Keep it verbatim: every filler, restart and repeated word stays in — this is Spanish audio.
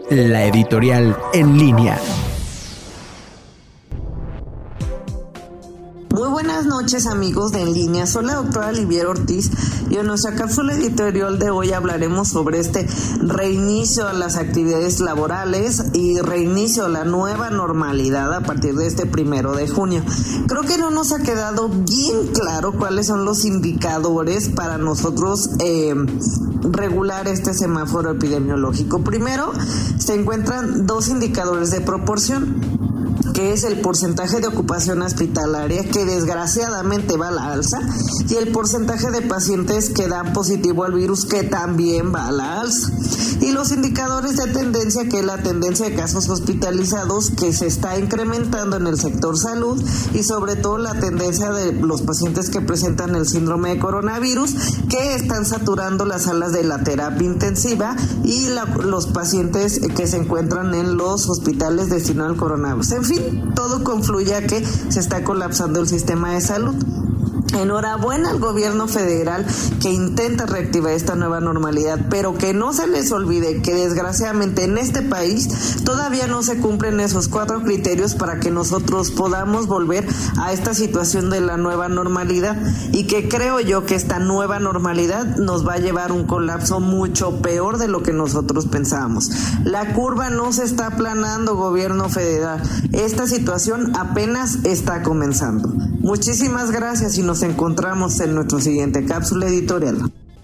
La editorial en línea. Muy buenas noches, amigos de En Línea. Soy la doctora Olivier Ortiz y en nuestra cápsula editorial de hoy hablaremos sobre este reinicio a las actividades laborales y reinicio a la nueva normalidad a partir de este primero de junio. Creo que no nos ha quedado bien claro cuáles son los indicadores para nosotros eh, regular este semáforo epidemiológico. Primero, se encuentran dos indicadores de proporción, que es el porcentaje de ocupación hospitalaria, que desgraciadamente va a la alza, y el porcentaje de pacientes que dan positivo al virus, que también va a la alza. Y los indicadores de tendencia, que es la tendencia de casos hospitalizados, que se está incrementando en el sector salud, y sobre todo la tendencia de los pacientes que presentan el síndrome de coronavirus, que están saturando las salas de la terapia intensiva, y la, los pacientes que se encuentran en los hospitales destinados al coronavirus. En fin, todo confluye a que se está colapsando el sistema de salud. Enhorabuena al gobierno federal que intenta reactivar esta nueva normalidad, pero que no se les olvide que desgraciadamente en este país todavía no se cumplen esos cuatro criterios para que nosotros podamos volver a esta situación de la nueva normalidad, y que creo yo que esta nueva normalidad nos va a llevar a un colapso mucho peor de lo que nosotros pensábamos. La curva no se está aplanando, gobierno federal. Esta situación apenas está comenzando. Muchísimas gracias y nos encontramos en nuestra siguiente cápsula editorial.